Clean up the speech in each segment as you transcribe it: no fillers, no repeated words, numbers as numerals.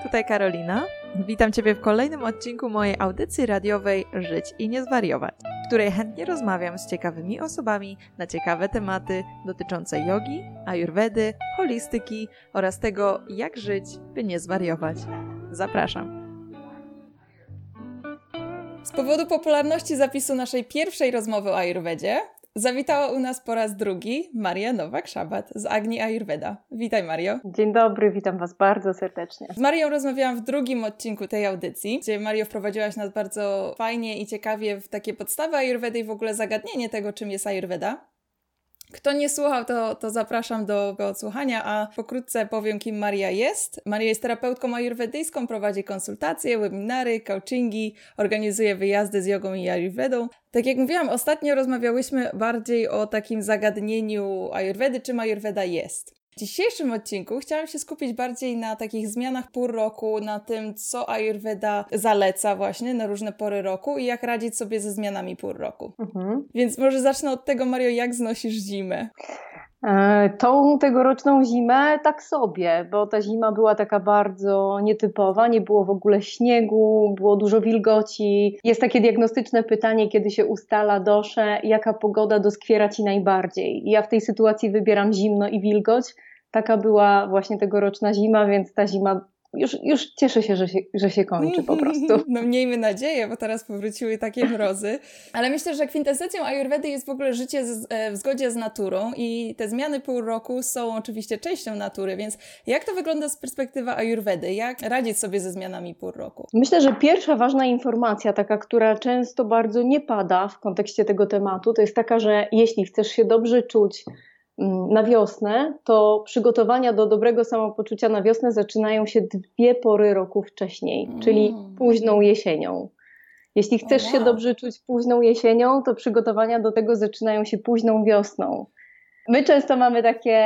tutaj Karolina. Witam Ciebie w kolejnym odcinku mojej audycji radiowej Żyć i nie zwariować, w której chętnie rozmawiam z ciekawymi osobami na ciekawe tematy dotyczące jogi, ajurwedy, holistyki oraz tego, jak żyć, by nie zwariować. Zapraszam. Z powodu popularności zapisu naszej pierwszej rozmowy o ajurwedzie zawitała u nas po raz drugi Maria Nowak-Szabat z Agni Ayurveda. Witaj, Mario. Dzień dobry, witam Was bardzo serdecznie. Z Marią rozmawiałam w drugim odcinku tej audycji, gdzie Mario wprowadziłaś nas bardzo fajnie i ciekawie w takie podstawy ajurwedy i w ogóle zagadnienie tego, czym jest ajurweda. Kto nie słuchał, to zapraszam do odsłuchania, a pokrótce powiem, kim Maria jest. Maria jest terapeutką ajurwedyjską, prowadzi konsultacje, webinary, coachingi, organizuje wyjazdy z jogą i ajurwedą. Tak jak mówiłam, ostatnio rozmawiałyśmy bardziej o takim zagadnieniu ajurwedy, czym ajurweda jest. W dzisiejszym odcinku chciałam się skupić bardziej na takich zmianach pór roku, na tym, co ajurweda zaleca właśnie na różne pory roku i jak radzić sobie ze zmianami pór roku. Więc może zacznę od tego, Mario, jak znosisz zimę? Tą tegoroczną zimę tak sobie, bo ta zima była taka bardzo nietypowa, nie było w ogóle śniegu, było dużo wilgoci. Jest takie diagnostyczne pytanie, kiedy się ustala dosze, jaka pogoda doskwiera Ci najbardziej. I ja w tej sytuacji wybieram zimno i wilgoć. Taka była właśnie tegoroczna zima, więc ta zima już cieszę się, że się kończy po prostu. No miejmy nadzieję, bo teraz powróciły takie mrozy. Ale myślę, że kwintesencją ajurwedy jest w ogóle życie w zgodzie z naturą i te zmiany pół roku są oczywiście częścią natury, więc jak to wygląda z perspektywy ajurwedy? Jak radzić sobie ze zmianami pół roku? Myślę, że pierwsza ważna informacja, taka, która często bardzo nie pada w kontekście tego tematu, to jest taka, że jeśli chcesz się dobrze czuć na wiosnę, to przygotowania do dobrego samopoczucia na wiosnę zaczynają się 2 pory roku wcześniej, czyli późną jesienią. Jeśli chcesz się dobrze czuć późną jesienią, to przygotowania do tego zaczynają się późną wiosną. My często mamy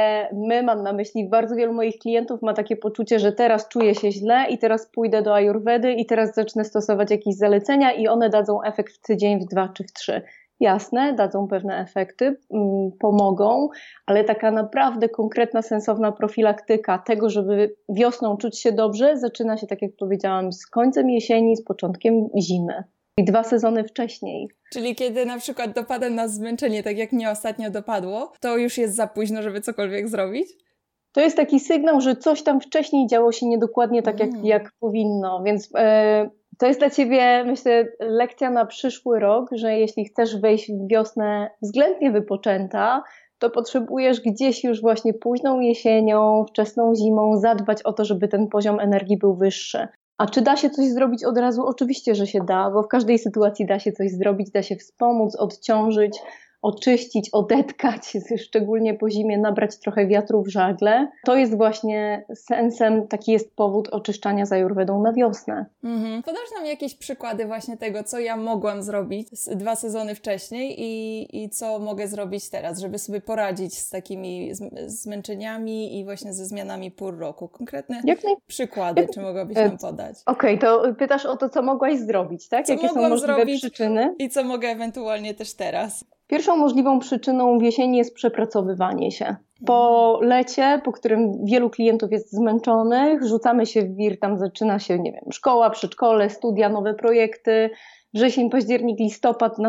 mam na myśli, bardzo wielu moich klientów ma takie poczucie, że teraz czuję się źle i teraz pójdę do ajurwedy i teraz zacznę stosować jakieś zalecenia i one dadzą efekt w tydzień, w 2 czy w 3. Jasne, dadzą pewne efekty, pomogą, ale taka naprawdę konkretna, sensowna profilaktyka tego, żeby wiosną czuć się dobrze, zaczyna się, tak jak powiedziałam, z końcem jesieni, z początkiem zimy. I 2 sezony wcześniej. Czyli kiedy na przykład dopada nas zmęczenie, tak jak mnie ostatnio dopadło, to już jest za późno, żeby cokolwiek zrobić? To jest taki sygnał, że coś tam wcześniej działo się niedokładnie tak, jak powinno, więc to jest dla Ciebie, myślę, lekcja na przyszły rok, że jeśli chcesz wejść w wiosnę względnie wypoczęta, to potrzebujesz gdzieś już właśnie późną jesienią, wczesną zimą zadbać o to, żeby ten poziom energii był wyższy. A czy da się coś zrobić od razu? Oczywiście, że się da, bo w każdej sytuacji da się coś zrobić, da się wspomóc, odciążyć, oczyścić, odetkać, szczególnie po zimie nabrać trochę wiatru w żagle. To jest właśnie sensem, taki jest powód oczyszczania z ajurwedą na wiosnę. Podasz nam jakieś przykłady właśnie tego, co ja mogłam zrobić 2 sezony wcześniej i co mogę zrobić teraz, żeby sobie poradzić z takimi zmęczeniami i właśnie ze zmianami pór roku. Konkretne przykłady, czy mogłabyś nam podać? Okej, to pytasz o to, co mogłaś zrobić, tak? Jakie są możliwe przyczyny? I co mogę ewentualnie też teraz? Pierwszą możliwą przyczyną w jesieni jest przepracowywanie się. Po lecie, po którym wielu klientów jest zmęczonych, rzucamy się w wir, tam zaczyna się, szkoła, przedszkole, studia, nowe projekty. Wrzesień, październik, listopad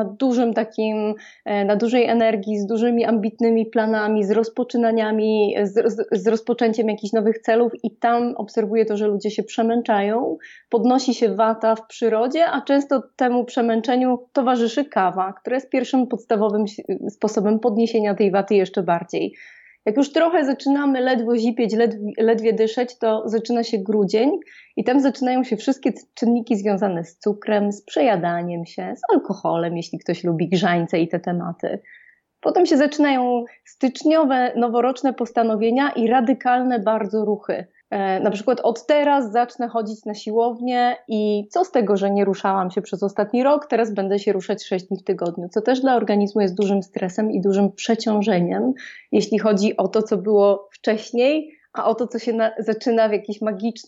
na dużej energii, z dużymi, ambitnymi planami, z rozpoczynaniami, z rozpoczęciem jakichś nowych celów i tam obserwuję to, że ludzie się przemęczają, podnosi się wata w przyrodzie, a często temu przemęczeniu towarzyszy kawa, która jest pierwszym podstawowym sposobem podniesienia tej waty jeszcze bardziej. Jak już trochę zaczynamy ledwo zipieć, ledwie dyszeć, to zaczyna się grudzień i tam zaczynają się wszystkie czynniki związane z cukrem, z przejadaniem się, z alkoholem, jeśli ktoś lubi grzańce i te tematy. Potem się zaczynają styczniowe, noworoczne postanowienia i radykalne bardzo ruchy. Na przykład od teraz zacznę chodzić na siłownię i co z tego, że nie ruszałam się przez ostatni rok, teraz będę się ruszać 6 dni w tygodniu, co też dla organizmu jest dużym stresem i dużym przeciążeniem, jeśli chodzi o to, co było wcześniej, a oto co się zaczyna w jakiś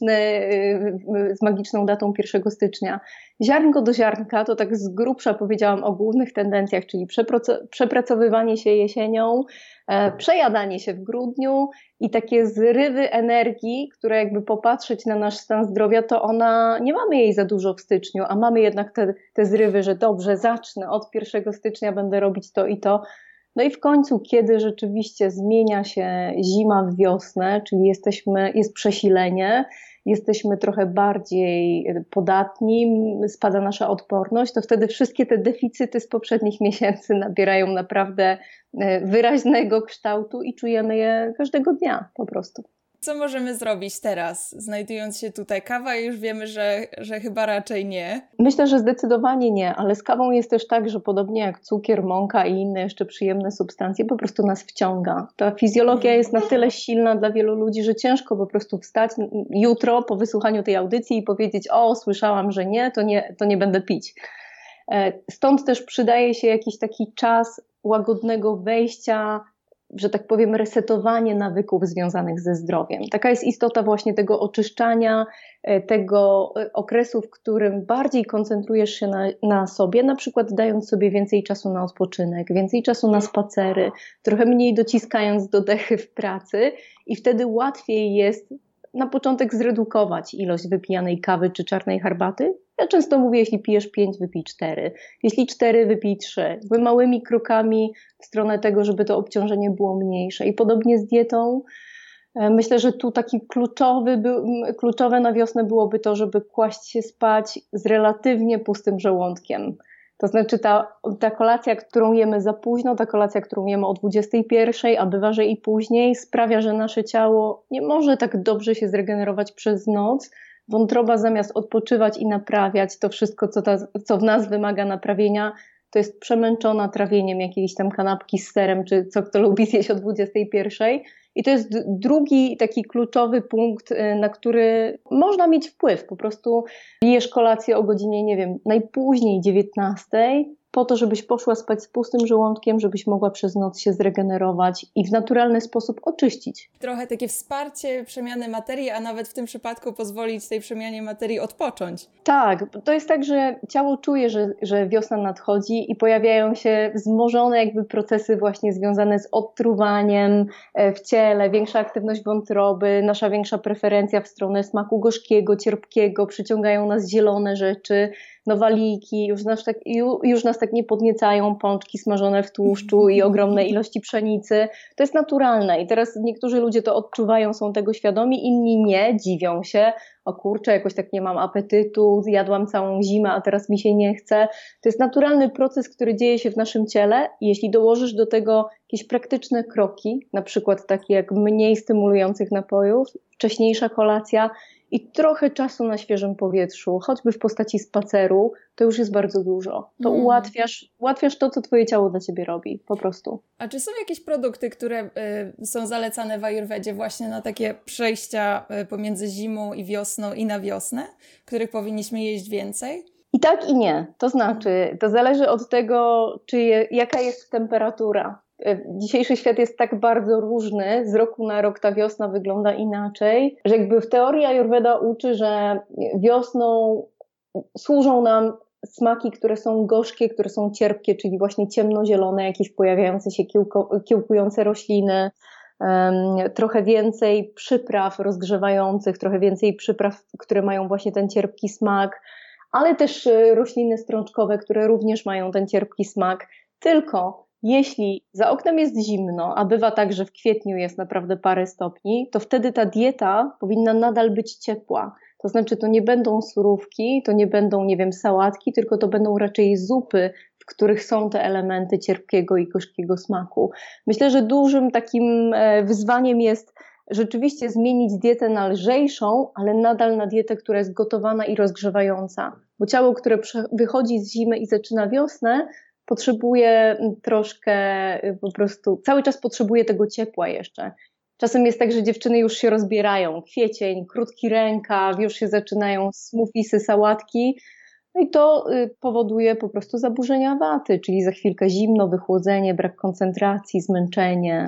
z magiczną datą 1 stycznia. Ziarnko do ziarnka to tak z grubsza powiedziałam o głównych tendencjach, czyli przepracowywanie się jesienią, przejadanie się w grudniu i takie zrywy energii, które jakby popatrzeć na nasz stan zdrowia, to nie mamy jej za dużo w styczniu, a mamy jednak te zrywy, że dobrze, zacznę od 1 stycznia, będę robić to i to. No i w końcu, kiedy rzeczywiście zmienia się zima w wiosnę, czyli jest przesilenie, jesteśmy trochę bardziej podatni, spada nasza odporność, to wtedy wszystkie te deficyty z poprzednich miesięcy nabierają naprawdę wyraźnego kształtu i czujemy je każdego dnia po prostu. Co możemy zrobić teraz, znajdując się tutaj? Kawa już wiemy, że chyba raczej nie. Myślę, że zdecydowanie nie, ale z kawą jest też tak, że podobnie jak cukier, mąka i inne jeszcze przyjemne substancje, po prostu nas wciąga. Ta fizjologia jest na tyle silna dla wielu ludzi, że ciężko po prostu wstać jutro po wysłuchaniu tej audycji i powiedzieć: o, słyszałam, że nie, to nie będę pić. Stąd też przydaje się jakiś taki czas łagodnego wejścia, że tak powiem, resetowanie nawyków związanych ze zdrowiem. Taka jest istota właśnie tego oczyszczania, tego okresu, w którym bardziej koncentrujesz się na sobie, na przykład dając sobie więcej czasu na odpoczynek, więcej czasu na spacery, trochę mniej dociskając do dechy w pracy i wtedy łatwiej jest na początek zredukować ilość wypijanej kawy czy czarnej herbaty. Ja często mówię, jeśli pijesz 5, wypij 4. Jeśli 4, wypij 3. Jakby małymi krokami w stronę tego, żeby to obciążenie było mniejsze. I podobnie z dietą. Myślę, że tu taki kluczowe na wiosnę byłoby to, żeby kłaść się spać z relatywnie pustym żołądkiem. To znaczy ta kolacja, którą jemy za późno, ta kolacja, którą jemy o 21, a bywa, że i później, sprawia, że nasze ciało nie może tak dobrze się zregenerować przez noc. Wątroba zamiast odpoczywać i naprawiać to wszystko, co w nas wymaga naprawienia, to jest przemęczona trawieniem jakiejś tam kanapki z serem, czy co kto lubi zjeść o 21. I to jest drugi taki kluczowy punkt, na który można mieć wpływ. Po prostu jesz kolację o godzinie, nie wiem, najpóźniej 19, po to, żebyś poszła spać z pustym żołądkiem, żebyś mogła przez noc się zregenerować i w naturalny sposób oczyścić. Trochę takie wsparcie przemiany materii, a nawet w tym przypadku pozwolić tej przemianie materii odpocząć. Tak, to jest tak, że ciało czuje, że wiosna nadchodzi i pojawiają się wzmożone jakby procesy właśnie związane z odtruwaniem w ciele, większa aktywność wątroby, nasza większa preferencja w stronę smaku gorzkiego, cierpkiego, przyciągają nas zielone rzeczy, nowaliki, już nas tak nie podniecają pączki smażone w tłuszczu i ogromne ilości pszenicy. To jest naturalne i teraz niektórzy ludzie to odczuwają, są tego świadomi, inni nie, dziwią się. O kurczę, jakoś tak nie mam apetytu, zjadłam całą zimę, a teraz mi się nie chce. To jest naturalny proces, który dzieje się w naszym ciele i jeśli dołożysz do tego jakieś praktyczne kroki, na przykład takie jak mniej stymulujących napojów, wcześniejsza kolacja i trochę czasu na świeżym powietrzu, choćby w postaci spaceru, to już jest bardzo dużo. To ułatwiasz to, co twoje ciało dla ciebie robi, po prostu. A czy są jakieś produkty, które są zalecane w Ajurwedzie właśnie na takie przejścia pomiędzy zimą i wiosną i na wiosnę, których powinniśmy jeść więcej? I tak i nie. To znaczy, to zależy od tego, jaka jest temperatura. Dzisiejszy świat jest tak bardzo różny, z roku na rok ta wiosna wygląda inaczej, że jakby w teorii Ajurveda uczy, że wiosną służą nam smaki, które są gorzkie, które są cierpkie, czyli właśnie ciemnozielone, jakieś pojawiające się kiełkujące rośliny, trochę więcej przypraw rozgrzewających, trochę więcej przypraw, które mają właśnie ten cierpki smak, ale też rośliny strączkowe, które również mają ten cierpki smak, tylko jeśli za oknem jest zimno, a bywa tak, że w kwietniu jest naprawdę parę stopni, to wtedy ta dieta powinna nadal być ciepła. To znaczy to nie będą surówki, to nie będą, nie wiem, sałatki, tylko to będą raczej zupy, w których są te elementy cierpkiego i gorzkiego smaku. Myślę, że dużym takim wyzwaniem jest rzeczywiście zmienić dietę na lżejszą, ale nadal na dietę, która jest gotowana i rozgrzewająca. Bo ciało, które wychodzi z zimy i zaczyna wiosnę, potrzebuje troszkę po prostu, cały czas potrzebuje tego ciepła jeszcze. Czasem jest tak, że dziewczyny już się rozbierają, kwiecień, krótki rękaw, już się zaczynają smoothiesy, sałatki. No i to powoduje po prostu zaburzenia waty, czyli za chwilkę zimno, wychłodzenie, brak koncentracji, zmęczenie.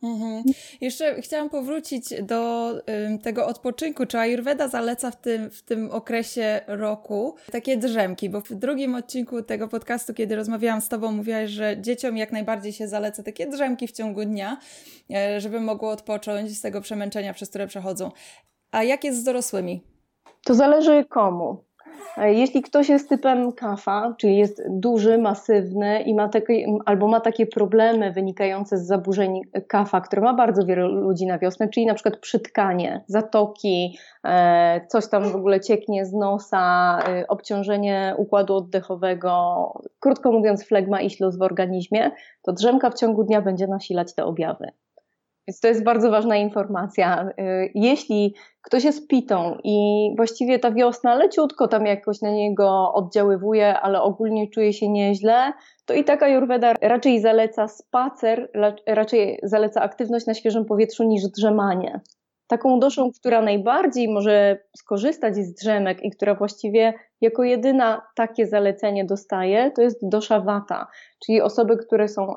Jeszcze chciałam powrócić do tego odpoczynku. Czy Ayurveda zaleca w tym okresie roku takie drzemki? Bo w drugim odcinku tego podcastu, kiedy rozmawiałam z Tobą, mówiłaś, że dzieciom jak najbardziej się zaleca takie drzemki w ciągu dnia, żeby mogło odpocząć z tego przemęczenia, przez które przechodzą. A jak jest z dorosłymi? To zależy komu. Jeśli ktoś jest typem kapha, czyli jest duży, masywny i ma takie problemy wynikające z zaburzeń kapha, które ma bardzo wielu ludzi na wiosnę, czyli na przykład przytkanie, zatoki, coś tam w ogóle cieknie z nosa, obciążenie układu oddechowego, krótko mówiąc flegma i śluz w organizmie, to drzemka w ciągu dnia będzie nasilać te objawy. Więc to jest bardzo ważna informacja. Jeśli ktoś jest pitą i właściwie ta wiosna leciutko tam jakoś na niego oddziaływuje, ale ogólnie czuje się nieźle, to i tak Ayurveda raczej zaleca spacer, raczej zaleca aktywność na świeżym powietrzu niż drzemanie. Taką doszą, która najbardziej może skorzystać z drzemek i która właściwie jako jedyna takie zalecenie dostaje, to jest dosza Vata, czyli osoby, które są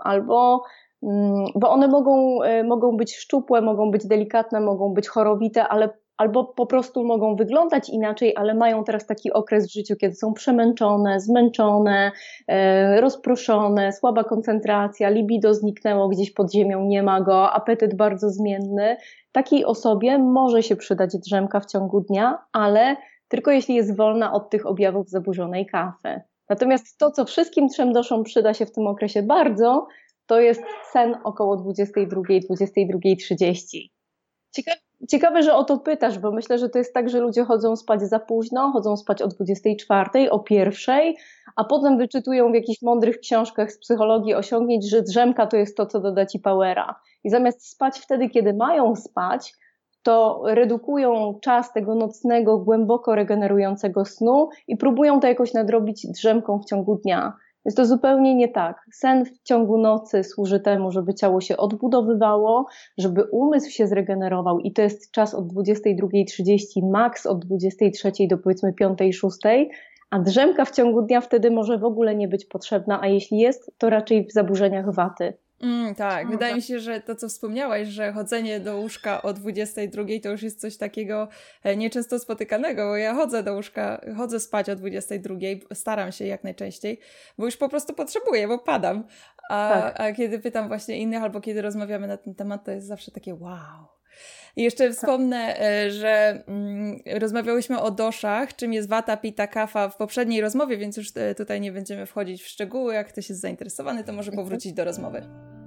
bo one mogą być szczupłe, mogą być delikatne, mogą być chorowite, albo po prostu mogą wyglądać inaczej, ale mają teraz taki okres w życiu, kiedy są przemęczone, zmęczone, rozproszone, słaba koncentracja, libido zniknęło gdzieś pod ziemią, nie ma go, apetyt bardzo zmienny. Takiej osobie może się przydać drzemka w ciągu dnia, ale tylko jeśli jest wolna od tych objawów zaburzonej kaphy. Natomiast to, co wszystkim trzem doszom przyda się w tym okresie bardzo, to jest sen około 22, 22:30. Ciekawe, że o to pytasz, bo myślę, że to jest tak, że ludzie chodzą spać za późno, chodzą spać o 24, o 1, a potem wyczytują w jakichś mądrych książkach z psychologii osiągnięć, że drzemka to jest to, co doda ci powera. I zamiast spać wtedy, kiedy mają spać, to redukują czas tego nocnego, głęboko regenerującego snu i próbują to jakoś nadrobić drzemką w ciągu dnia. Jest to zupełnie nie tak. Sen w ciągu nocy służy temu, żeby ciało się odbudowywało, żeby umysł się zregenerował i to jest czas od 22:30, maks od 23 do powiedzmy 5, 6, a drzemka w ciągu dnia wtedy może w ogóle nie być potrzebna, a jeśli jest, to raczej w zaburzeniach waty. Tak, wydaje mi się, że to, co wspomniałaś, że chodzenie do łóżka o 22 to już jest coś takiego nieczęsto spotykanego, bo ja chodzę do łóżka, chodzę spać o 22, staram się jak najczęściej, bo już po prostu potrzebuję, bo padam. A kiedy pytam właśnie innych albo kiedy rozmawiamy na ten temat, to jest zawsze takie wow. I jeszcze wspomnę, że rozmawiałyśmy o doszach, czym jest Vata, Pitta, Kapha w poprzedniej rozmowie, więc już tutaj nie będziemy wchodzić w szczegóły. Jak ktoś jest zainteresowany, to może powrócić do rozmowy.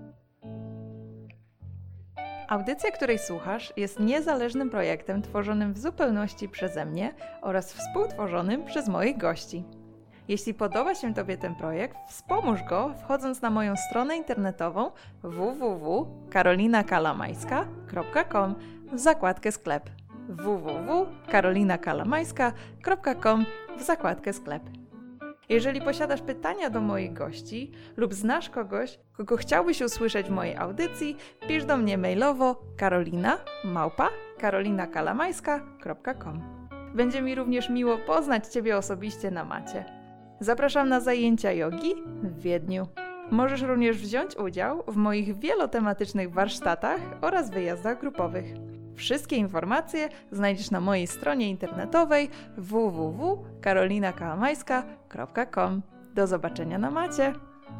Audycja, której słuchasz, jest niezależnym projektem tworzonym w zupełności przeze mnie oraz współtworzonym przez moich gości. Jeśli podoba się Tobie ten projekt, wspomóż go wchodząc na moją stronę internetową www.karolinakalamajska.com w zakładkę sklep. www.karolinakalamajska.com w zakładkę sklep. Jeżeli posiadasz pytania do moich gości lub znasz kogoś, kogo chciałbyś usłyszeć w mojej audycji, pisz do mnie mailowo karolina@karolinakalamajska.com. Będzie mi również miło poznać Ciebie osobiście na macie. Zapraszam na zajęcia jogi w Wiedniu. Możesz również wziąć udział w moich wielotematycznych warsztatach oraz wyjazdach grupowych. Wszystkie informacje znajdziesz na mojej stronie internetowej www.karolinakalamajska.com. Do zobaczenia na macie!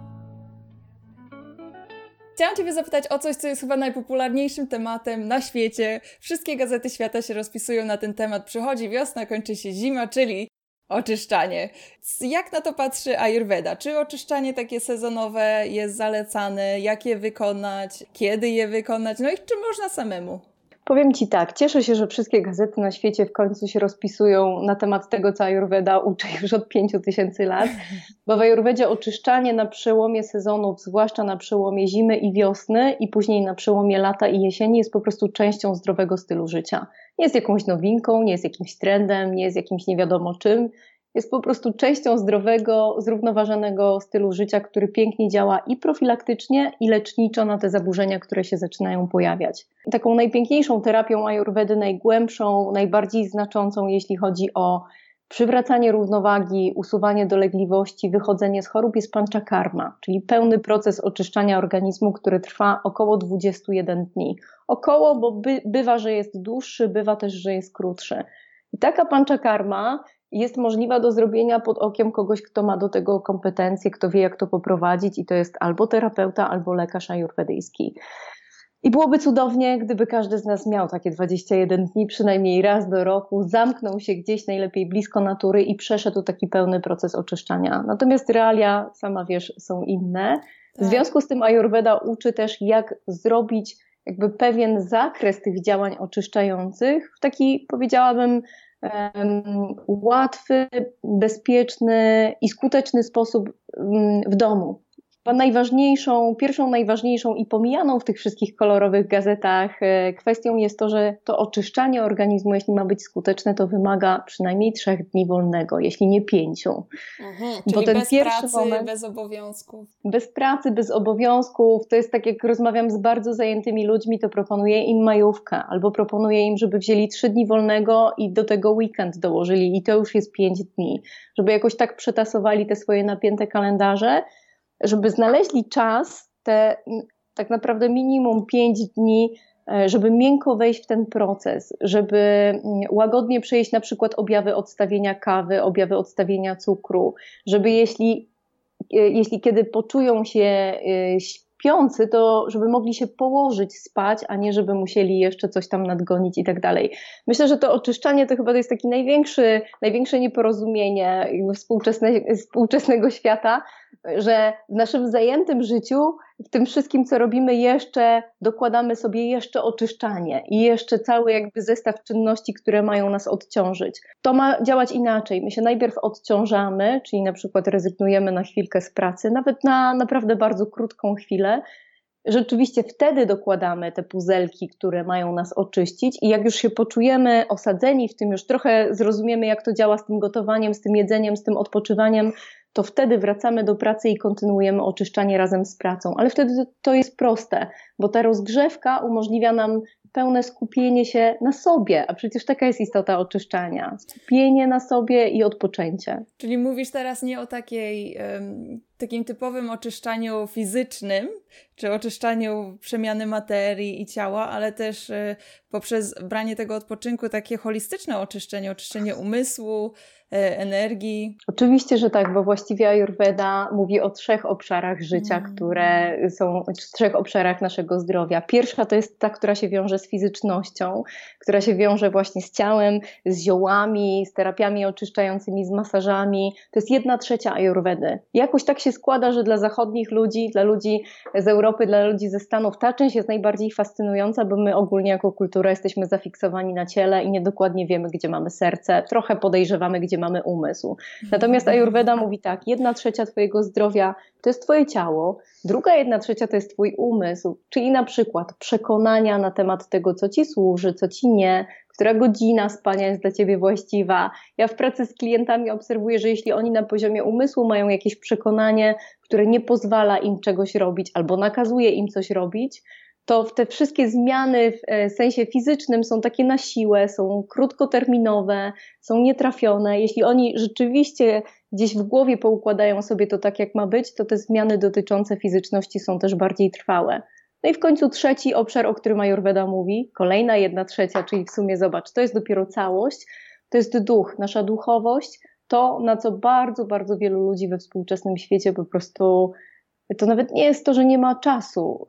Chciałam Ciebie zapytać o coś, co jest chyba najpopularniejszym tematem na świecie. Wszystkie gazety świata się rozpisują na ten temat. Przychodzi wiosna, kończy się zima, czyli oczyszczanie. Jak na to patrzy Ayurveda? Czy oczyszczanie takie sezonowe jest zalecane? Jak je wykonać? Kiedy je wykonać? No i czy można samemu? Powiem Ci tak, cieszę się, że wszystkie gazety na świecie w końcu się rozpisują na temat tego, co Ayurveda uczy już od 5000 lat, bo w Ayurvedzie oczyszczanie na przełomie sezonów, zwłaszcza na przełomie zimy i wiosny i później na przełomie lata i jesieni jest po prostu częścią zdrowego stylu życia. Nie jest jakąś nowinką, nie jest jakimś trendem, nie jest jakimś nie wiadomo czym. Jest po prostu częścią zdrowego, zrównoważonego stylu życia, który pięknie działa i profilaktycznie, i leczniczo na te zaburzenia, które się zaczynają pojawiać. Taką najpiękniejszą terapią Ayurvedy, najgłębszą, najbardziej znaczącą, jeśli chodzi o przywracanie równowagi, usuwanie dolegliwości, wychodzenie z chorób jest panchakarma, czyli pełny proces oczyszczania organizmu, który trwa około 21 dni. Około, bo bywa, że jest dłuższy, bywa też, że jest krótszy. I taka panchakarma jest możliwa do zrobienia pod okiem kogoś, kto ma do tego kompetencje, kto wie, jak to poprowadzić, i to jest albo terapeuta, albo lekarz ajurwedyjski. I byłoby cudownie, gdyby każdy z nas miał takie 21 dni, przynajmniej raz do roku, zamknął się gdzieś, najlepiej blisko natury, i przeszedł taki pełny proces oczyszczania. Natomiast realia, sama wiesz, są inne. W związku z tym Ajurweda uczy też, jak zrobić jakby pewien zakres tych działań oczyszczających w taki, powiedziałabym, łatwy, bezpieczny i skuteczny sposób w domu. Pierwszą najważniejszą i pomijaną w tych wszystkich kolorowych gazetach kwestią jest to, że to oczyszczanie organizmu, jeśli ma być skuteczne, to wymaga przynajmniej 3 dni wolnego, jeśli nie 5. Czyli ten bez pracy, bez obowiązków. Bez pracy, bez obowiązków. To jest tak, jak rozmawiam z bardzo zajętymi ludźmi, to proponuję im majówkę, albo proponuję im, żeby wzięli 3 dni wolnego i do tego weekend dołożyli, i to już jest 5 dni. Żeby jakoś tak przetasowali te swoje napięte kalendarze, żeby znaleźli czas, tak naprawdę minimum 5 dni, żeby miękko wejść w ten proces, żeby łagodnie przejść na przykład objawy odstawienia kawy, objawy odstawienia cukru, żeby jeśli kiedy poczują się śpiący, to żeby mogli się położyć spać, a nie żeby musieli jeszcze coś tam nadgonić i tak dalej. Myślę, że to oczyszczanie to chyba jest takie największe nieporozumienie współczesnego świata, że w naszym zajętym życiu, w tym wszystkim, co robimy, jeszcze dokładamy sobie jeszcze oczyszczanie i jeszcze cały jakby zestaw czynności, które mają nas odciążyć. To ma działać inaczej. My się najpierw odciążamy, czyli na przykład rezygnujemy na chwilkę z pracy, nawet na naprawdę bardzo krótką chwilę. Rzeczywiście wtedy dokładamy te puzelki, które mają nas oczyścić, i jak już się poczujemy osadzeni w tym, już trochę zrozumiemy, jak to działa z tym gotowaniem, z tym jedzeniem, z tym odpoczywaniem, to wtedy wracamy do pracy i kontynuujemy oczyszczanie razem z pracą. Ale wtedy to jest proste, bo ta rozgrzewka umożliwia nam pełne skupienie się na sobie, a przecież taka jest istota oczyszczania. Skupienie na sobie i odpoczęcie. Czyli mówisz teraz nie o takim typowym oczyszczaniu fizycznym, czy oczyszczaniu przemiany materii i ciała, ale też poprzez branie tego odpoczynku takie holistyczne oczyszczenie umysłu, energii. Oczywiście, że tak, bo właściwie Ajurweda mówi o 3 obszarach życia, które są 3 obszarach naszego zdrowia. Pierwsza to jest ta, która się wiąże z fizycznością, która się wiąże właśnie z ciałem, z ziołami, z terapiami oczyszczającymi, z masażami. To jest 1/3 Ajurwedy. Jakoś tak się składa, że dla zachodnich ludzi, dla ludzi z Europy, dla ludzi ze Stanów ta część jest najbardziej fascynująca, bo my ogólnie jako kultura jesteśmy zafiksowani na ciele i niedokładnie wiemy, gdzie mamy serce, trochę podejrzewamy, gdzie mamy umysł. Natomiast Ajurweda mówi tak, 1/3 twojego zdrowia to jest twoje ciało, druga 1/3 to jest twój umysł, czyli na przykład przekonania na temat tego, co ci służy, co ci nie, która godzina spania jest dla ciebie właściwa. Ja w pracy z klientami obserwuję, że jeśli oni na poziomie umysłu mają jakieś przekonanie, które nie pozwala im czegoś robić albo nakazuje im coś robić, to te wszystkie zmiany w sensie fizycznym są takie na siłę, są krótkoterminowe, są nietrafione. Jeśli oni rzeczywiście gdzieś w głowie poukładają sobie to tak, jak ma być, to te zmiany dotyczące fizyczności są też bardziej trwałe. No i w końcu 3 obszar, o którym Ajurweda mówi, kolejna 1/3, czyli w sumie zobacz, to jest dopiero całość, to jest duch, nasza duchowość, to na co bardzo, bardzo wielu ludzi we współczesnym świecie po prostu, to nawet nie jest to, że nie ma czasu.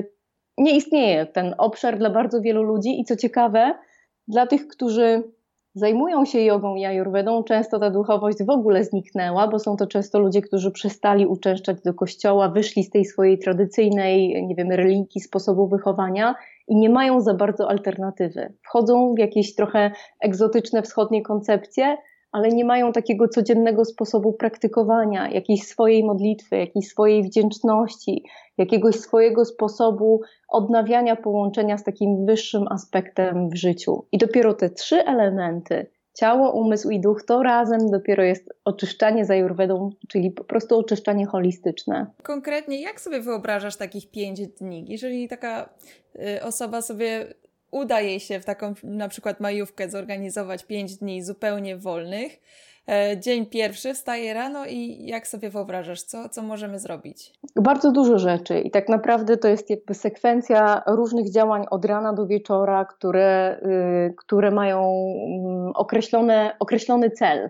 Nie istnieje ten obszar dla bardzo wielu ludzi i co ciekawe, dla tych, którzy zajmują się jogą i ajurwedą, często ta duchowość w ogóle zniknęła, bo są to często ludzie, którzy przestali uczęszczać do kościoła, wyszli z tej swojej tradycyjnej, nie wiem, religii, sposobu wychowania i nie mają za bardzo alternatywy. Wchodzą w jakieś trochę egzotyczne wschodnie koncepcje, ale nie mają takiego codziennego sposobu praktykowania, jakiejś swojej modlitwy, jakiejś swojej wdzięczności, jakiegoś swojego sposobu odnawiania połączenia z takim wyższym aspektem w życiu. I dopiero te 3 elementy, ciało, umysł i duch, to razem dopiero jest oczyszczanie z Ajurwedą, czyli po prostu oczyszczanie holistyczne. Konkretnie, jak sobie wyobrażasz takich 5 dni? Jeżeli taka osoba sobie uda jej się w taką na przykład majówkę zorganizować 5 dni zupełnie wolnych, dzień pierwszy, wstaję rano i jak sobie wyobrażasz, co możemy zrobić? Bardzo dużo rzeczy i tak naprawdę to jest jakby sekwencja różnych działań od rana do wieczora, które mają określony cel.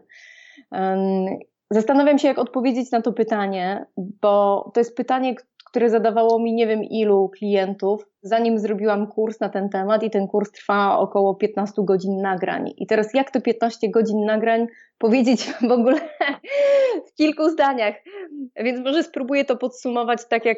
Zastanawiam się, jak odpowiedzieć na to pytanie, bo to jest pytanie, które zadawało mi nie wiem ilu klientów, zanim zrobiłam kurs na ten temat i ten kurs trwa około 15 godzin nagrań. I teraz jak te 15 godzin nagrań powiedzieć w ogóle w kilku zdaniach? Więc może spróbuję to podsumować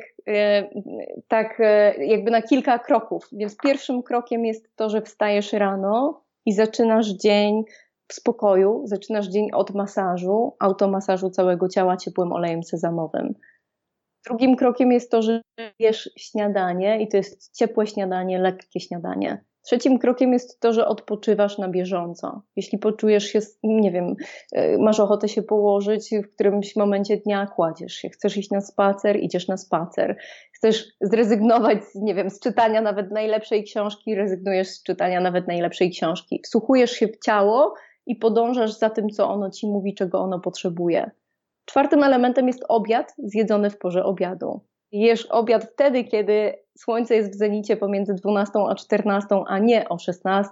tak jakby na kilka kroków. Więc pierwszym krokiem jest to, że wstajesz rano i zaczynasz dzień w spokoju, zaczynasz dzień od masażu, automasażu całego ciała ciepłym olejem sezamowym. Drugim krokiem jest to, że jesz śniadanie i to jest ciepłe śniadanie, lekkie śniadanie. Trzecim krokiem jest to, że odpoczywasz na bieżąco. Jeśli poczujesz się, nie wiem, masz ochotę się położyć, w którymś momencie dnia kładziesz się. Chcesz iść na spacer, idziesz na spacer. Chcesz zrezygnować, nie wiem, z czytania nawet najlepszej książki, rezygnujesz z czytania nawet najlepszej książki. Wsłuchujesz się w ciało i podążasz za tym, co ono ci mówi, czego ono potrzebuje. Czwartym elementem jest obiad zjedzony w porze obiadu. Jesz obiad wtedy, kiedy słońce jest w zenicie pomiędzy 12 a 14, a nie o 16,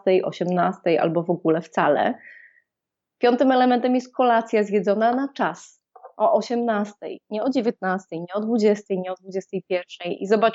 18 albo w ogóle wcale. Piątym elementem jest kolacja zjedzona na czas. O 18, nie o 19, nie o 20, nie o 21. I zobacz,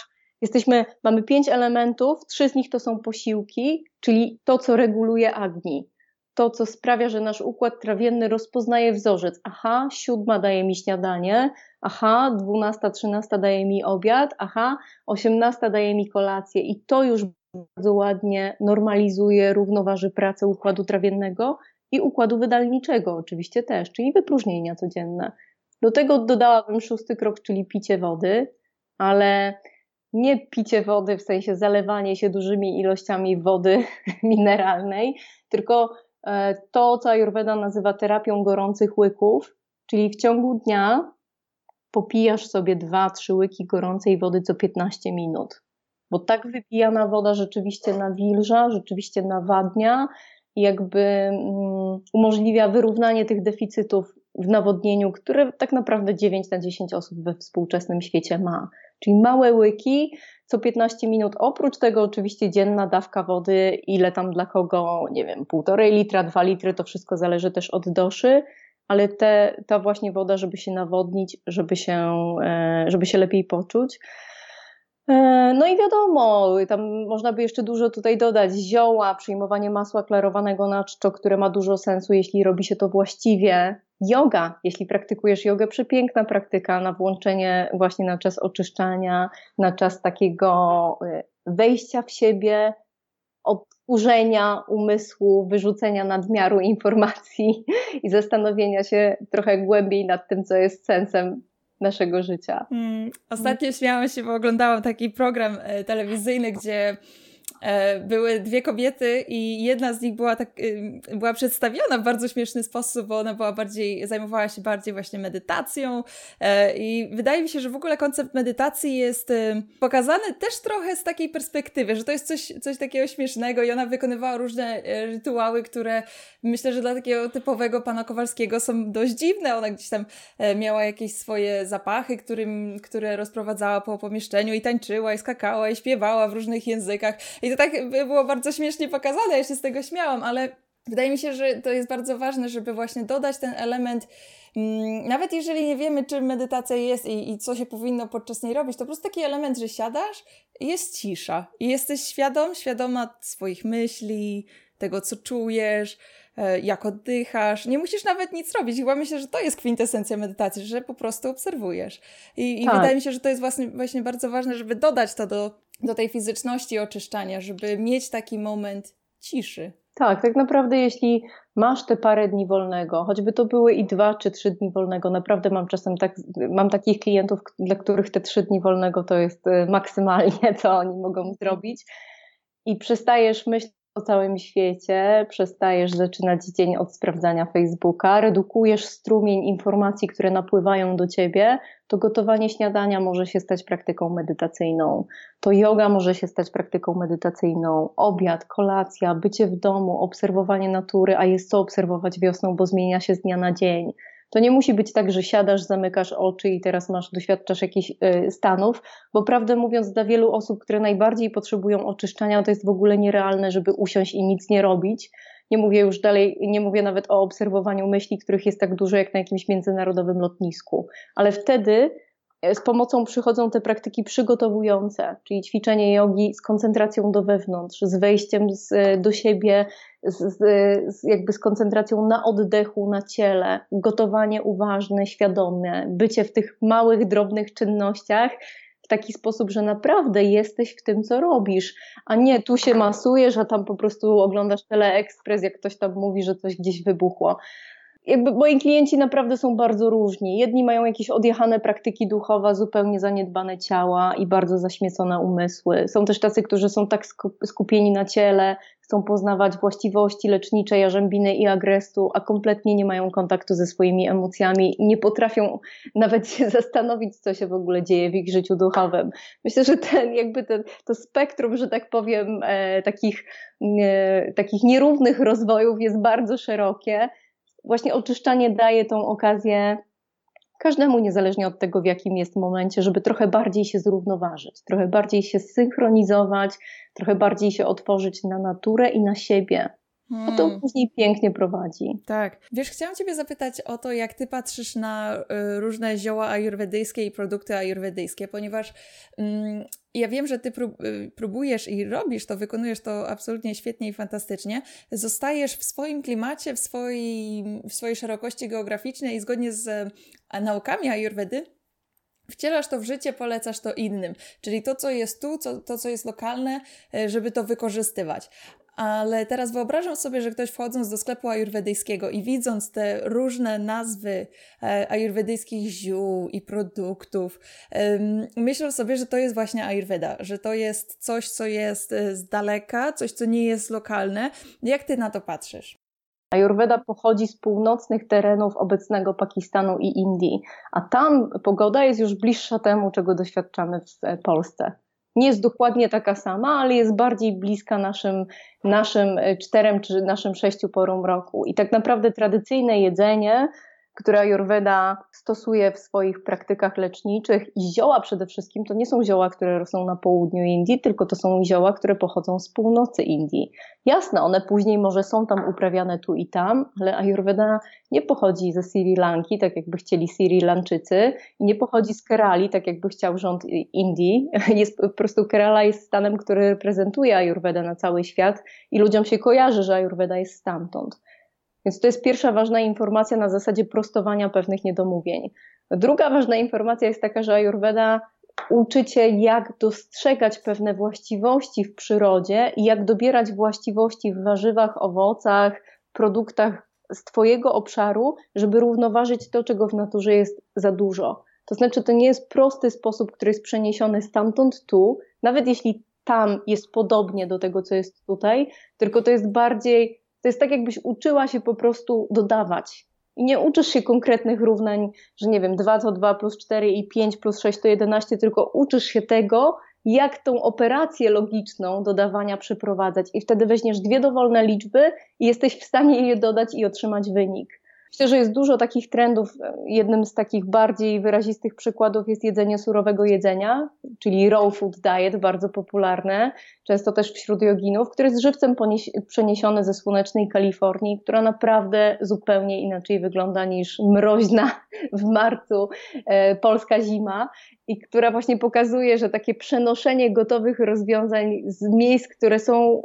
mamy 5 elementów, 3 z nich to są posiłki, czyli to, co reguluje Agni. To, co sprawia, że nasz układ trawienny rozpoznaje wzorzec. Aha, 7 daje mi śniadanie, aha, 12, 13 daje mi obiad, aha, 18 daje mi kolację i to już bardzo ładnie normalizuje, równoważy pracę układu trawiennego i układu wydalniczego oczywiście też, czyli wypróżnienia codzienne. Do tego dodałabym 6. krok, czyli picie wody, ale nie picie wody w sensie zalewanie się dużymi ilościami wody mineralnej, tylko to, co Ajurweda nazywa terapią gorących łyków, czyli w ciągu dnia popijasz sobie 2-3 łyki gorącej wody co 15 minut. Bo tak wypijana woda rzeczywiście nawilża, rzeczywiście nawadnia i jakby umożliwia wyrównanie tych deficytów w nawodnieniu, które tak naprawdę 9 na 10 osób we współczesnym świecie ma. Czyli małe łyki co 15 minut. Oprócz tego oczywiście dzienna dawka wody, ile tam dla kogo, nie wiem, 1,5 litra, 2 litry, to wszystko zależy też od doszy, ale ta właśnie woda, żeby się nawodnić, żeby się lepiej poczuć. No i wiadomo, tam można by jeszcze dużo tutaj dodać. Zioła, przyjmowanie masła klarowanego na czczo, które ma dużo sensu, jeśli robi się to właściwie. Yoga, jeśli praktykujesz jogę, przepiękna praktyka na włączenie właśnie na czas oczyszczania, na czas takiego wejścia w siebie, odkurzenia umysłu, wyrzucenia nadmiaru informacji i zastanowienia się trochę głębiej nad tym, co jest sensem naszego życia. Ostatnio śmiałam się, bo oglądałam taki program telewizyjny, gdzie były 2 kobiety i jedna z nich była przedstawiona w bardzo śmieszny sposób, bo ona zajmowała się bardziej właśnie medytacją i wydaje mi się, że w ogóle koncept medytacji jest pokazany też trochę z takiej perspektywy, że to jest coś takiego śmiesznego i ona wykonywała różne rytuały, które myślę, że dla takiego typowego pana Kowalskiego są dość dziwne. Ona gdzieś tam miała jakieś swoje zapachy, które rozprowadzała po pomieszczeniu i tańczyła i skakała i śpiewała w różnych językach. I to tak było bardzo śmiesznie pokazane, ja się z tego śmiałam, ale wydaje mi się, że to jest bardzo ważne, żeby właśnie dodać ten element, nawet jeżeli nie wiemy, czym medytacja jest i co się powinno podczas niej robić, to po prostu taki element, że siadasz i jest cisza i jesteś świadoma swoich myśli, tego, co czujesz, jak oddychasz. Nie musisz nawet nic robić. Chyba myślę, że to jest kwintesencja medytacji, że po prostu obserwujesz. I tak. Wydaje mi się, że to jest właśnie bardzo ważne, żeby dodać to do tej fizyczności oczyszczania, żeby mieć taki moment ciszy. Tak naprawdę jeśli masz te parę dni wolnego, choćby to były i 2 czy 3 dni wolnego, naprawdę mam takich klientów, dla których te 3 dni wolnego to jest maksymalnie, co oni mogą zrobić i przestajesz myśleć o całym świecie, przestajesz zaczynać dzień od sprawdzania Facebooka, redukujesz strumień informacji, które napływają do ciebie, to gotowanie śniadania może się stać praktyką medytacyjną, to yoga może się stać praktyką medytacyjną, obiad, kolacja, bycie w domu, obserwowanie natury, a jest co obserwować wiosną, bo zmienia się z dnia na dzień. To nie musi być tak, że siadasz, zamykasz oczy i teraz doświadczasz jakichś stanów, bo prawdę mówiąc dla wielu osób, które najbardziej potrzebują oczyszczania, to jest w ogóle nierealne, żeby usiąść i nic nie robić. Nie mówię już dalej, nie mówię nawet o obserwowaniu myśli, których jest tak dużo jak na jakimś międzynarodowym lotnisku, ale wtedy z pomocą przychodzą te praktyki przygotowujące, czyli ćwiczenie jogi z koncentracją do wewnątrz, z wejściem do siebie, jakby z koncentracją na oddechu, na ciele, gotowanie uważne, świadome, bycie w tych małych, drobnych czynnościach w taki sposób, że naprawdę jesteś w tym, co robisz, a nie tu się masujesz, a tam po prostu oglądasz Teleekspres, jak ktoś tam mówi, że coś gdzieś wybuchło. Jakby moi klienci naprawdę są bardzo różni. Jedni mają jakieś odjechane praktyki duchowe, zupełnie zaniedbane ciała i bardzo zaśmiecone umysły. Są też tacy, którzy są tak skupieni na ciele, chcą poznawać właściwości lecznicze jarzębiny i agrestu, a kompletnie nie mają kontaktu ze swoimi emocjami i nie potrafią nawet się zastanowić, co się w ogóle dzieje w ich życiu duchowym. Myślę, że to spektrum, że tak powiem, takich nierównych rozwojów jest bardzo szerokie. Właśnie oczyszczanie daje tą okazję każdemu, niezależnie od tego, w jakim jest momencie, żeby trochę bardziej się zrównoważyć, trochę bardziej się zsynchronizować, trochę bardziej się otworzyć na naturę i na siebie. A to później pięknie prowadzi. Tak. Wiesz, chciałam Ciebie zapytać o to, jak Ty patrzysz na różne zioła ajurwedyjskie i produkty ajurwedyjskie, ponieważ ja wiem, że Ty próbujesz i robisz to, wykonujesz to absolutnie świetnie i fantastycznie. Zostajesz w swoim klimacie, w swojej szerokości geograficznej i zgodnie z naukami ajurwedy wcielasz to w życie, polecasz to innym. Czyli to, co jest tu, to, co jest lokalne, żeby to wykorzystywać. Ale teraz wyobrażam sobie, że ktoś wchodząc do sklepu ajurwedyjskiego i widząc te różne nazwy ajurwedyjskich ziół i produktów, myślał sobie, że to jest właśnie ajurweda, że to jest coś, co jest z daleka, coś, co nie jest lokalne. Jak ty na to patrzysz? Ajurweda pochodzi z północnych terenów obecnego Pakistanu i Indii, a tam pogoda jest już bliższa temu, czego doświadczamy w Polsce. Nie jest dokładnie taka sama, ale jest bardziej bliska naszym 4 czy naszym 6 porom roku. I tak naprawdę tradycyjne jedzenie, które Ajurweda stosuje w swoich praktykach leczniczych i zioła przede wszystkim, to nie są zioła, które rosną na południu Indii, tylko to są zioła, które pochodzą z północy Indii. Jasne, one później może są tam uprawiane tu i tam, ale Ajurweda nie pochodzi ze Sri Lanki, tak jakby chcieli Sri Lanczycy, i nie pochodzi z Kerali, tak jakby chciał rząd Indii. Po prostu Kerala jest stanem, który reprezentuje Ajurwedę na cały świat i ludziom się kojarzy, że Ajurweda jest stamtąd. Więc to jest pierwsza ważna informacja na zasadzie prostowania pewnych niedomówień. Druga ważna informacja jest taka, że Ajurweda uczy cię, jak dostrzegać pewne właściwości w przyrodzie i jak dobierać właściwości w warzywach, owocach, produktach z twojego obszaru, żeby równoważyć to, czego w naturze jest za dużo. To znaczy, to nie jest prosty sposób, który jest przeniesiony stamtąd tu, nawet jeśli tam jest podobnie do tego, co jest tutaj, tylko to jest bardziej... To jest tak, jakbyś uczyła się po prostu dodawać. I nie uczysz się konkretnych równań, że nie wiem, 2 to 2 plus 4 i 5 plus 6 to 11, tylko uczysz się tego, jak tą operację logiczną dodawania przeprowadzać. I wtedy weźmiesz 2 dowolne liczby i jesteś w stanie je dodać i otrzymać wynik. Myślę, że jest dużo takich trendów. Jednym z takich bardziej wyrazistych przykładów jest jedzenie surowego jedzenia, czyli raw food diet, bardzo popularne, często też wśród joginów, który jest żywcem przeniesiony ze słonecznej Kalifornii, która naprawdę zupełnie inaczej wygląda niż mroźna w marcu polska zima i która właśnie pokazuje, że takie przenoszenie gotowych rozwiązań z miejsc, które są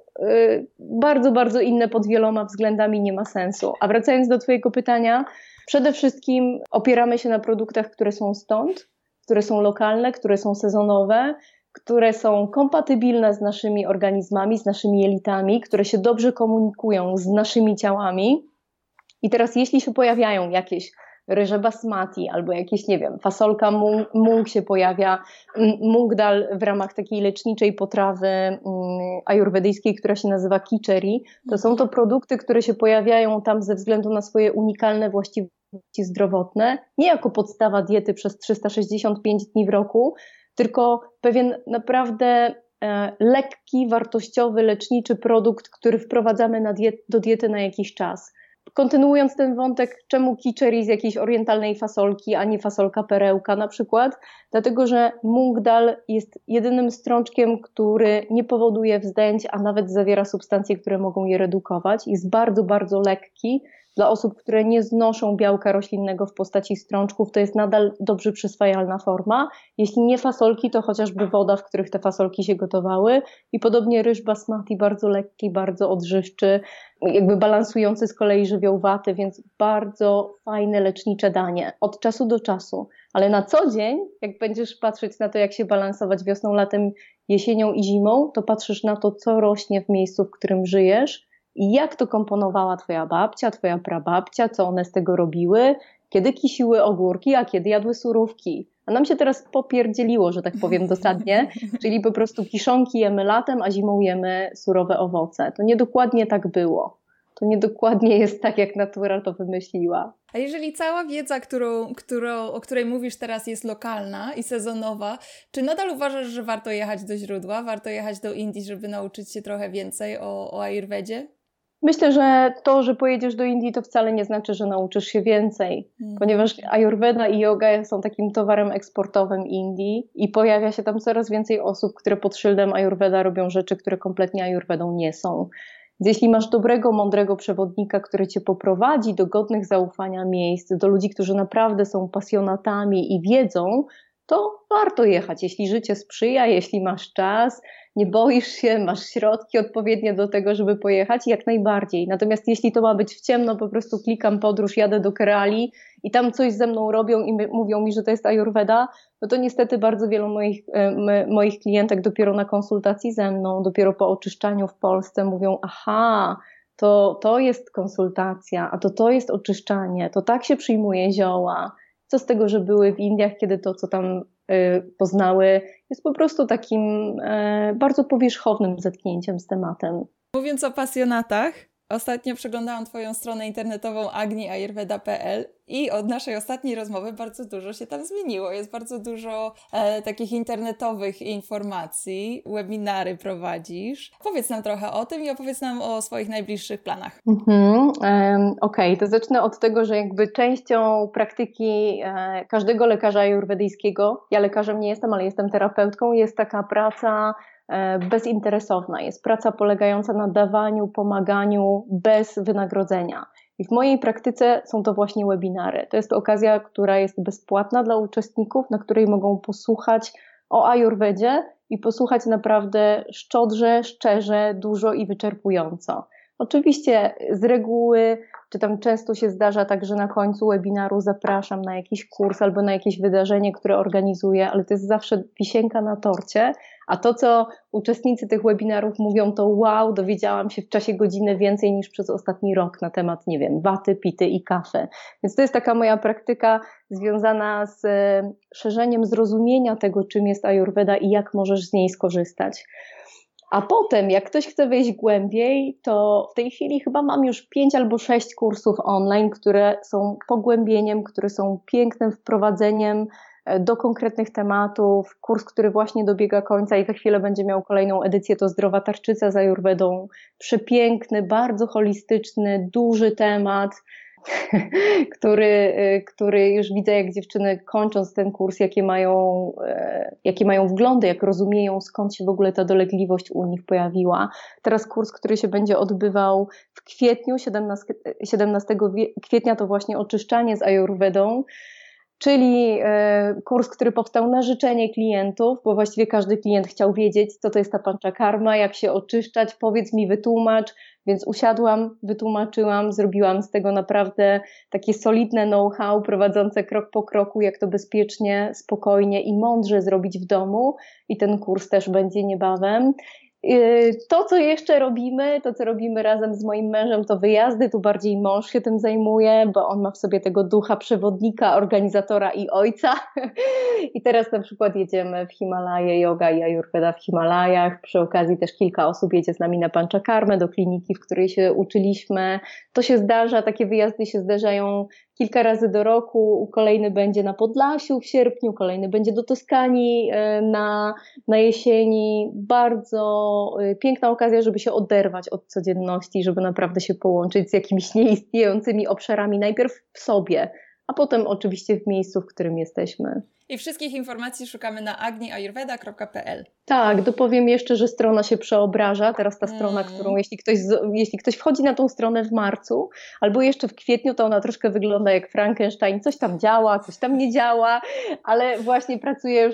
bardzo, bardzo inne pod wieloma względami, nie ma sensu. A wracając do twojego pytania, przede wszystkim opieramy się na produktach, które są stąd, które są lokalne, które są sezonowe, które są kompatybilne z naszymi organizmami, z naszymi jelitami, które się dobrze komunikują z naszymi ciałami. I teraz jeśli się pojawiają jakieś ryże basmati albo jakieś, nie wiem, fasolka mung się pojawia, mung dal w ramach takiej leczniczej potrawy ajurwedyjskiej, która się nazywa khichdi. To są to produkty, które się pojawiają tam ze względu na swoje unikalne właściwości zdrowotne, nie jako podstawa diety przez 365 dni w roku, tylko pewien naprawdę lekki, wartościowy, leczniczy produkt, który wprowadzamy do diety na jakiś czas. Kontynuując ten wątek, czemu khichdi z jakiejś orientalnej fasolki, a nie fasolka perełka na przykład? Dlatego, że mung dal jest jedynym strączkiem, który nie powoduje wzdęć, a nawet zawiera substancje, które mogą je redukować. Jest bardzo, bardzo lekki. Dla osób, które nie znoszą białka roślinnego w postaci strączków, to jest nadal dobrze przyswajalna forma. Jeśli nie fasolki, to chociażby woda, w których te fasolki się gotowały. I podobnie ryż basmati, bardzo lekki, bardzo odżywczy, jakby balansujący z kolei żywioł-waty, więc bardzo fajne, lecznicze danie od czasu do czasu. Ale na co dzień, jak będziesz patrzeć na to, jak się balansować wiosną, latem, jesienią i zimą, to patrzysz na to, co rośnie w miejscu, w którym żyjesz, i jak to komponowała twoja babcia, twoja prababcia, co one z tego robiły, kiedy kisiły ogórki, a kiedy jadły surówki. A nam się teraz popierdzieliło, że tak powiem dosadnie, czyli po prostu kiszonki jemy latem, a zimą jemy surowe owoce. To niedokładnie tak było. To niedokładnie jest tak, jak natura to wymyśliła. A jeżeli cała wiedza, o której mówisz teraz, jest lokalna i sezonowa, czy nadal uważasz, że warto jechać do źródła, warto jechać do Indii, żeby nauczyć się trochę więcej o ajurwedzie? Myślę, że to, że pojedziesz do Indii, to wcale nie znaczy, że nauczysz się więcej, ponieważ ajurweda i yoga są takim towarem eksportowym Indii i pojawia się tam coraz więcej osób, które pod szyldem ajurweda robią rzeczy, które kompletnie ajurwedą nie są. Więc jeśli masz dobrego, mądrego przewodnika, który cię poprowadzi do godnych zaufania miejsc, do ludzi, którzy naprawdę są pasjonatami i wiedzą, to warto jechać, jeśli życie sprzyja, jeśli masz czas, nie boisz się, masz środki odpowiednie do tego, żeby pojechać, jak najbardziej. Natomiast jeśli to ma być w ciemno, po prostu klikam podróż, jadę do Kerali i tam coś ze mną robią i mówią mi, że to jest ajurweda, no to niestety bardzo wielu moich klientek dopiero na konsultacji ze mną, dopiero po oczyszczaniu w Polsce mówią, aha, to jest konsultacja, a to jest oczyszczanie, to tak się przyjmuje zioła. Co z tego, że były w Indiach, kiedy to, co tam poznały, jest po prostu takim bardzo powierzchownym zetknięciem z tematem. Mówiąc o pasjonatach, ostatnio przeglądałam Twoją stronę internetową agniayurveda.pl i od naszej ostatniej rozmowy bardzo dużo się tam zmieniło. Jest bardzo dużo takich internetowych informacji, webinary prowadzisz. Powiedz nam trochę o tym i opowiedz nam o swoich najbliższych planach. Okej, to zacznę od tego, że jakby częścią praktyki każdego lekarza ajurwedyjskiego, ja lekarzem nie jestem, ale jestem terapeutką, jest taka praca bezinteresowna. Jest praca polegająca na dawaniu, pomaganiu bez wynagrodzenia. I w mojej praktyce są to właśnie webinary. To jest okazja, która jest bezpłatna dla uczestników, na której mogą posłuchać o ajurwedzie i posłuchać naprawdę szczerze, dużo i wyczerpująco. Oczywiście z reguły, czy tam często się zdarza tak, że na końcu webinaru zapraszam na jakiś kurs albo na jakieś wydarzenie, które organizuję, ale to jest zawsze wisienka na torcie, a to, co uczestnicy tych webinarów mówią, to wow, dowiedziałam się w czasie godziny więcej niż przez ostatni rok na temat, nie wiem, waty, pity i kawy. Więc to jest taka moja praktyka związana z szerzeniem zrozumienia tego, czym jest ajurweda i jak możesz z niej skorzystać. A potem, jak ktoś chce wejść głębiej, to w tej chwili chyba mam już 5 albo 6 kursów online, które są pogłębieniem, które są pięknym wprowadzeniem do konkretnych tematów. Kurs, który właśnie dobiega końca i za chwilę będzie miał kolejną edycję, to Zdrowa tarczyca z ajurwedą. Przepiękny, bardzo holistyczny, duży temat, który już widzę, jak dziewczyny kończąc ten kurs, jakie mają wglądy, jak rozumieją, skąd się w ogóle ta dolegliwość u nich pojawiła. Teraz kurs, który się będzie odbywał w kwietniu, 17 kwietnia, to właśnie oczyszczanie z ajurwedą, czyli kurs, który powstał na życzenie klientów, bo właściwie każdy klient chciał wiedzieć, co to jest ta panchakarma, jak się oczyszczać, powiedz mi, wytłumacz, więc usiadłam, wytłumaczyłam, zrobiłam z tego naprawdę takie solidne know-how prowadzące krok po kroku, jak to bezpiecznie, spokojnie i mądrze zrobić w domu i ten kurs też będzie niebawem. To, co jeszcze robimy, to co robimy razem z moim mężem, to wyjazdy, tu bardziej mąż się tym zajmuje, bo on ma w sobie tego ducha przewodnika, organizatora i ojca. I teraz na przykład jedziemy w Himalaje, yoga i ayurveda w Himalajach. Przy okazji też kilka osób jedzie z nami na Panchakarmę, do kliniki, w której się uczyliśmy. To się zdarza, takie wyjazdy się zdarzają kilka razy do roku. Kolejny będzie na Podlasiu w sierpniu, kolejny będzie do Toskanii na jesieni. Bardzo piękna okazja, żeby się oderwać od codzienności, żeby naprawdę się połączyć z jakimiś nieistniejącymi obszarami, najpierw w sobie, a potem oczywiście w miejscu, w którym jesteśmy. I wszystkich informacji szukamy na agniayurveda.pl. Tak, dopowiem jeszcze, że strona się przeobraża. Teraz ta strona, którą jeśli ktoś wchodzi na tą stronę w marcu albo jeszcze w kwietniu, to ona troszkę wygląda jak Frankenstein. Coś tam działa, coś tam nie działa, ale właśnie pracuje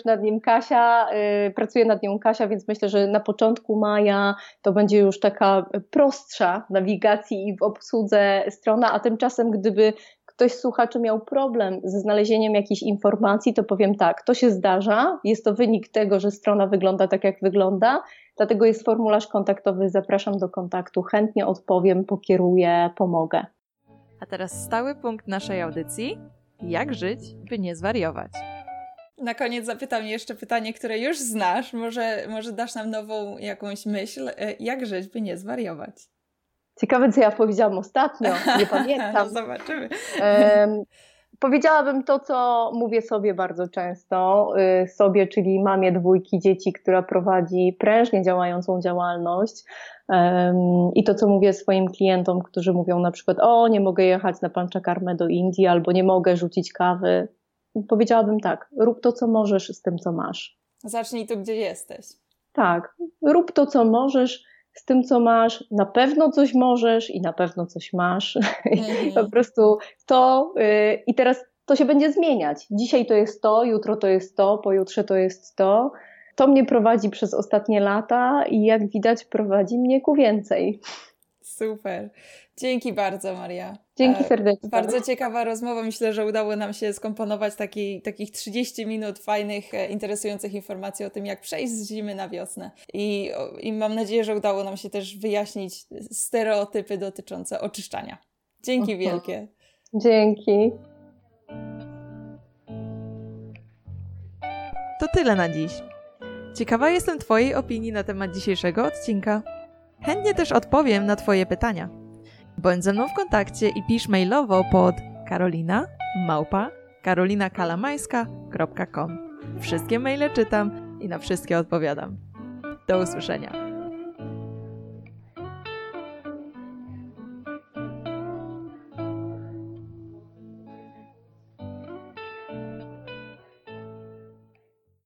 nad nią Kasia, więc myślę, że na początku maja to będzie już taka prostsza w nawigacji i w obsłudze strona, a tymczasem gdyby ktoś z słuchaczy miał problem ze znalezieniem jakichś informacji, to powiem tak, to się zdarza, jest to wynik tego, że strona wygląda tak, jak wygląda, dlatego jest formularz kontaktowy, zapraszam do kontaktu, chętnie odpowiem, pokieruję, pomogę. A teraz stały punkt naszej audycji, jak żyć, by nie zwariować. Na koniec zapytam jeszcze pytanie, które już znasz, może dasz nam nową jakąś myśl, jak żyć, by nie zwariować? Ciekawe, co ja powiedziałam ostatnio, nie pamiętam. No, zobaczymy. Powiedziałabym to, co mówię sobie bardzo często, sobie, czyli mamie 2 dzieci, która prowadzi prężnie działającą działalność, i to, co mówię swoim klientom, którzy mówią na przykład, nie mogę jechać na Panchakarmę do Indii, albo nie mogę rzucić kawy. Powiedziałabym tak, rób to, co możesz z tym, co masz. Zacznij tu, gdzie jesteś. Tak, rób to, co możesz z tym, co masz, na pewno coś możesz i na pewno coś masz. Po prostu to i teraz to się będzie zmieniać. Dzisiaj to jest to, jutro to jest to, pojutrze to jest to. To mnie prowadzi przez ostatnie lata i jak widać prowadzi mnie ku więcej. Super. Dzięki bardzo, Maria. Dzięki serdecznie. Bardzo ciekawa rozmowa. Myślę, że udało nam się skomponować takich 30 minut fajnych, interesujących informacji o tym, jak przejść z zimy na wiosnę. I mam nadzieję, że udało nam się też wyjaśnić stereotypy dotyczące oczyszczania. Dzięki wielkie. Dzięki. To tyle na dziś. Ciekawa jestem Twojej opinii na temat dzisiejszego odcinka. Chętnie też odpowiem na Twoje pytania. Bądź ze mną w kontakcie i pisz mailowo pod karolina@karolinakalamańska.com. Wszystkie maile czytam i na wszystkie odpowiadam. Do usłyszenia.